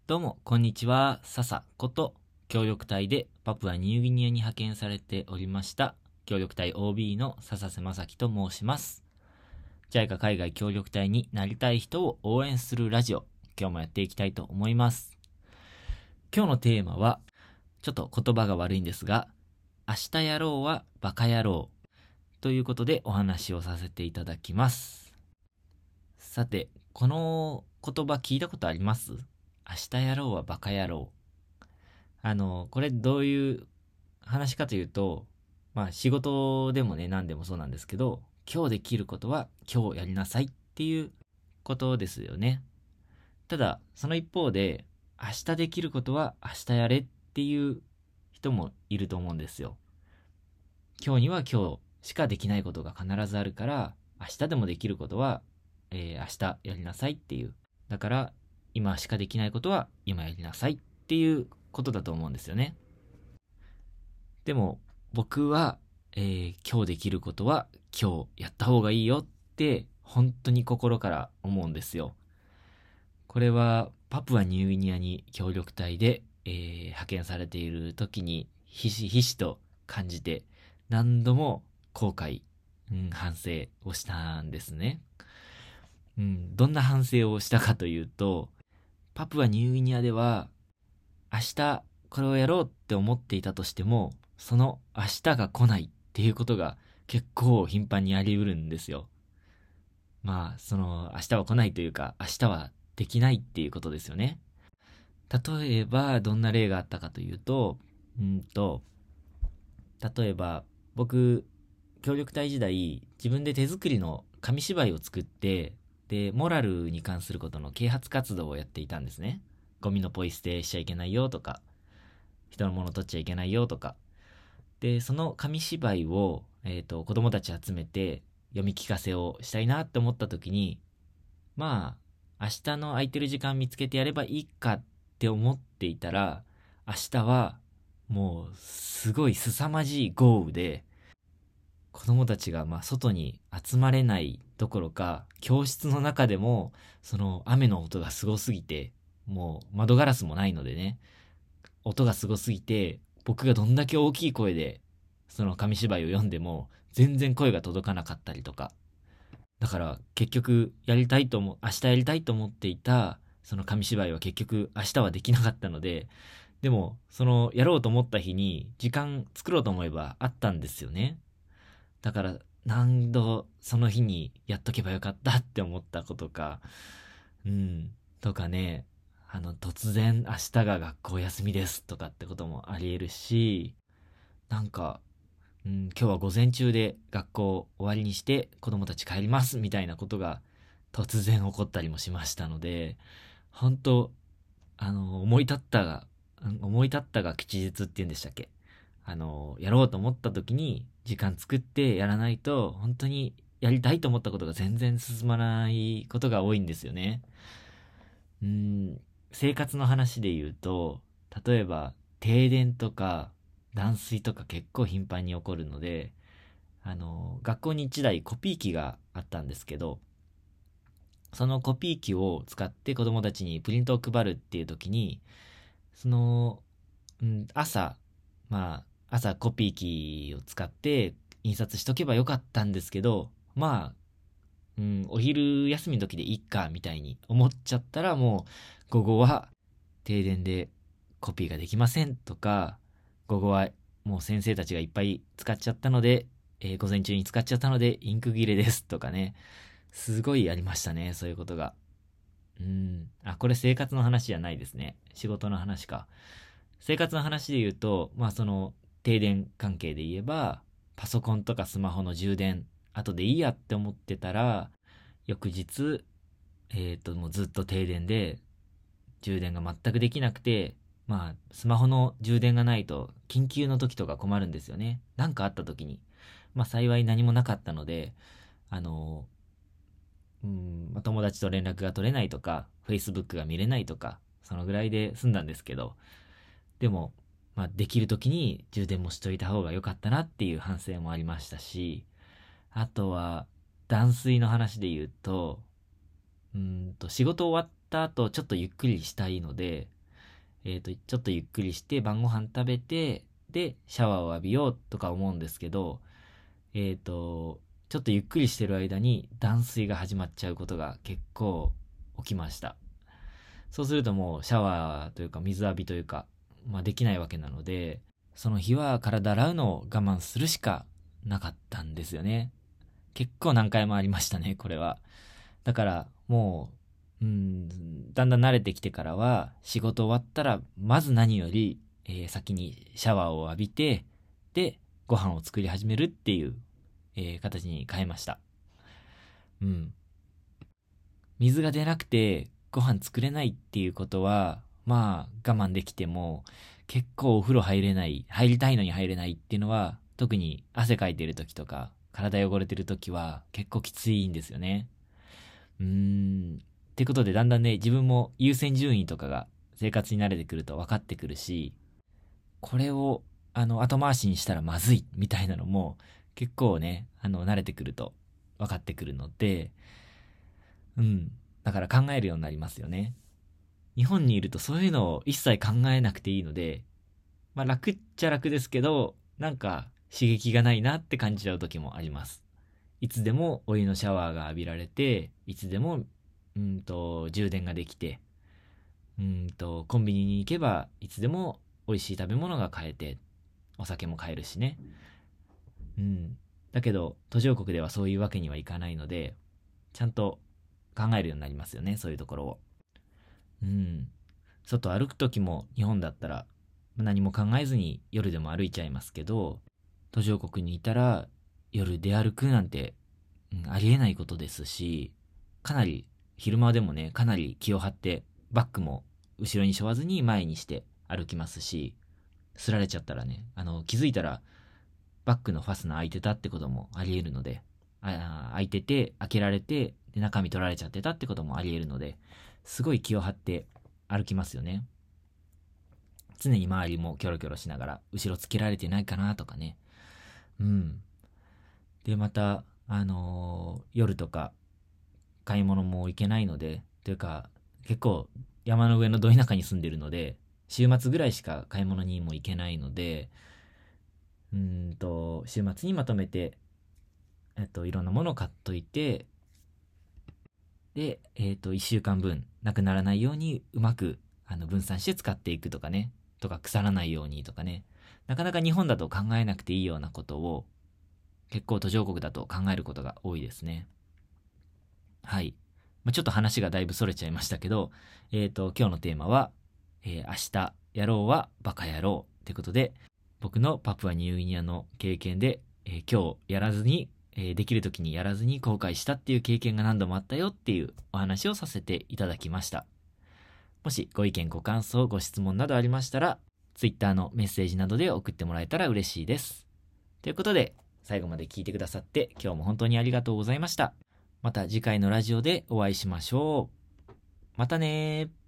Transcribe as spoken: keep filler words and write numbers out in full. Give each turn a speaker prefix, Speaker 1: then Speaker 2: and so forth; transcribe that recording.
Speaker 1: どうも、こんにちは。笹こと協力隊でパプアニューギニアに派遣されておりました協力隊 オービー の笹瀬正樹と申します。ジャイカ 海外協力隊になりたい人を応援するラジオ、今日もやっていきたいと思います。今日のテーマは、ちょっと言葉が悪いんですが、明日やろうはバカ野郎ということでお話をさせていただきます。さて、この言葉聞いたことあります？明日やろうはバカ野郎。あの、これどういう話かというと、まあ仕事でもね、何でもそうなんですけど、今日できることは今日やりなさいっていうことですよね。ただ、その一方で、明日できることは明日やれっていう人もいると思うんですよ。今日には今日しかできないことが必ずあるから、明日でもできることは、えー明日やりなさいっていう。だから、今しかできないことは今やりなさいっていうことだと思うんですよね。でも僕は、えー今日できることは今日やった方がいいよって本当に心から思うんですよ。これはパプアニューギニアに協力隊で、えー派遣されている時にひしひしと感じて、何度も後悔、うん、反省をしたんですね。うん、どんな反省をしたかというと、パプアニューギニアでは明日これをやろうって思っていたとしても、その明日が来ないっていうことが結構頻繁にあり得るんですよ。まあ、その明日は来ないというか、明日はできないっていうことですよね。例えば、どんな例があったかというと、うんと、例えば、僕、協力隊時代、自分で手作りの紙芝居を作って、で、モラルに関することの啓発活動をやっていたんですね。ゴミのポイ捨てしちゃいけないよとか、人のもの取っちゃいけないよとか。で、その紙芝居を、えっと、子供たち集めて読み聞かせをしたいなって思った時に、まあ、明日の空いてる時間見つけてやればいいかって思っていたら、明日はもうすごい凄まじい豪雨で、子供たちがまあ外に集まれないどころか、教室の中でもその雨の音がすごすぎて、もう窓ガラスもないのでね、音がすごすぎて、僕がどんだけ大きい声でその紙芝居を読んでも全然声が届かなかったりとか。だから結局やりたいと思う、明日やりたいと思っていたその紙芝居は結局明日はできなかったので、でもそのやろうと思った日に時間作ろうと思えばあったんですよね。だから何度その日にやっとけばよかったって思ったことか、うん、とかね、あの突然明日が学校休みですとかってこともあり得るし、なんか、うん、今日は午前中で学校終わりにして子供たち帰りますみたいなことが突然起こったりもしましたので、本当あの思い立ったが思い立ったが吉日って言うんでしたっけ。あのやろうと思った時に時間作ってやらないと、本当にやりたいと思ったことが全然進まないことが多いんですよね。うん、生活の話で言うと、例えば停電とか断水とか結構頻繁に起こるので、あの学校にいちだいコピー機があったんですけど、そのコピー機を使って子供たちにプリントを配るっていう時に、その、うん、朝、まあ朝コピー機を使って印刷しとけばよかったんですけど、まあ、うん、お昼休みの時でいいかみたいに思っちゃったら、もう午後は停電でコピーができませんとか、午後はもう先生たちがいっぱい使っちゃったので、えー午前中に使っちゃったのでインク切れですとかね、すごいありましたね、そういうことが。うん。あ、これ生活の話じゃないですね。仕事の話か。生活の話で言うと、まあその停電関係で言えば、パソコンとかスマホの充電、後でいいやって思ってたら、翌日、えっと、もうずっと停電で、充電が全くできなくて、まあ、スマホの充電がないと、緊急の時とか困るんですよね。なんかあった時に。まあ幸い何もなかったので、あの、うん、まあ友達と連絡が取れないとか、Facebook が見れないとか、そのぐらいで済んだんですけど、でも、まあ、できる時に充電もしといた方が良かったなっていう反省もありましたし、あとは、断水の話で言うと、うーんと、仕事終わった後、ちょっとゆっくりしたいので、 えっと、ちょっとゆっくりして晩ご飯食べて、で、シャワーを浴びようとか思うんですけど、えっと、ちょっとゆっくりしてる間に断水が始まっちゃうことが結構起きました。そうするともうシャワーというか水浴びというか、まあできないわけなので、その日は体洗うのを我慢するしかなかったんですよね。結構何回もありましたね、これは。だからもう、うん、だんだん慣れてきてからは、仕事終わったら、まず何より、えー先にシャワーを浴びて、で、ご飯を作り始めるっていう、えー形に変えました。うん。水が出なくてご飯作れないっていうことは、まあ我慢できても、結構お風呂入れない、入りたいのに入れないっていうのは、特に汗かいてる時とか、体汚れてる時は結構きついんですよね。うーん。ってことでだんだんね、自分も優先順位とかが生活に慣れてくると分かってくるし、これをあの後回しにしたらまずいみたいなのも結構ね、あの慣れてくると分かってくるので、うん。だから考えるようになりますよね。日本にいるとそういうのを一切考えなくていいので、まあ楽っちゃ楽ですけど、なんか刺激がないなって感じちゃう時もあります。いつでもお湯のシャワーが浴びられて、いつでも、うんと、充電ができて、うんと、コンビニに行けばいつでも美味しい食べ物が買えて、お酒も買えるしね。うん。だけど、途上国ではそういうわけにはいかないので、ちゃんと考えるようになりますよね、そういうところを。うん。外歩く時も日本だったら何も考えずに夜でも歩いちゃいますけど、途上国にいたら夜出歩くなんて、うん、ありえないことですし、かなり昼間でもね、かなり気を張ってバッグも後ろに背負わずに前にして歩きますし、すられちゃったらね、あの気づいたらバッグのファスナー開いてたってこともあり得るので、あ開いてて開けられてで中身取られちゃってたってこともあり得るので、すごい気を張って歩きますよね。常に周りもキョロキョロしながら後ろつけられてないかなとかね。うん。で、また、あのー夜とか買い物も行けないので、というか、結構山の上のど田舎に住んでるので、週末ぐらいしか買い物にも行けないので、うーんと、週末にまとめて、えっと、いろんなものを買っといて、で、えっと、いっしゅうかんぶんなくならないようにうまくあの分散して使っていくとかね、とか腐らないようにとかね、なかなか日本だと考えなくていいようなことを結構途上国だと考えることが多いですね。はい。まあ、ちょっと話がだいぶ逸れちゃいましたけど、えっと、今日のテーマは、えー明日やろうはバカ野郎ってことで、僕のパプアニューギニアの経験で、えー今日やらずに、えーできる時にやらずに後悔したっていう経験が何度もあったよっていうお話をさせていただきました。もしご意見ご感想ご質問などありましたら、Twitter のメッセージなどで送ってもらえたら嬉しいです。ということで、最後まで聞いてくださって今日も本当にありがとうございました。また次回のラジオでお会いしましょう。またねー。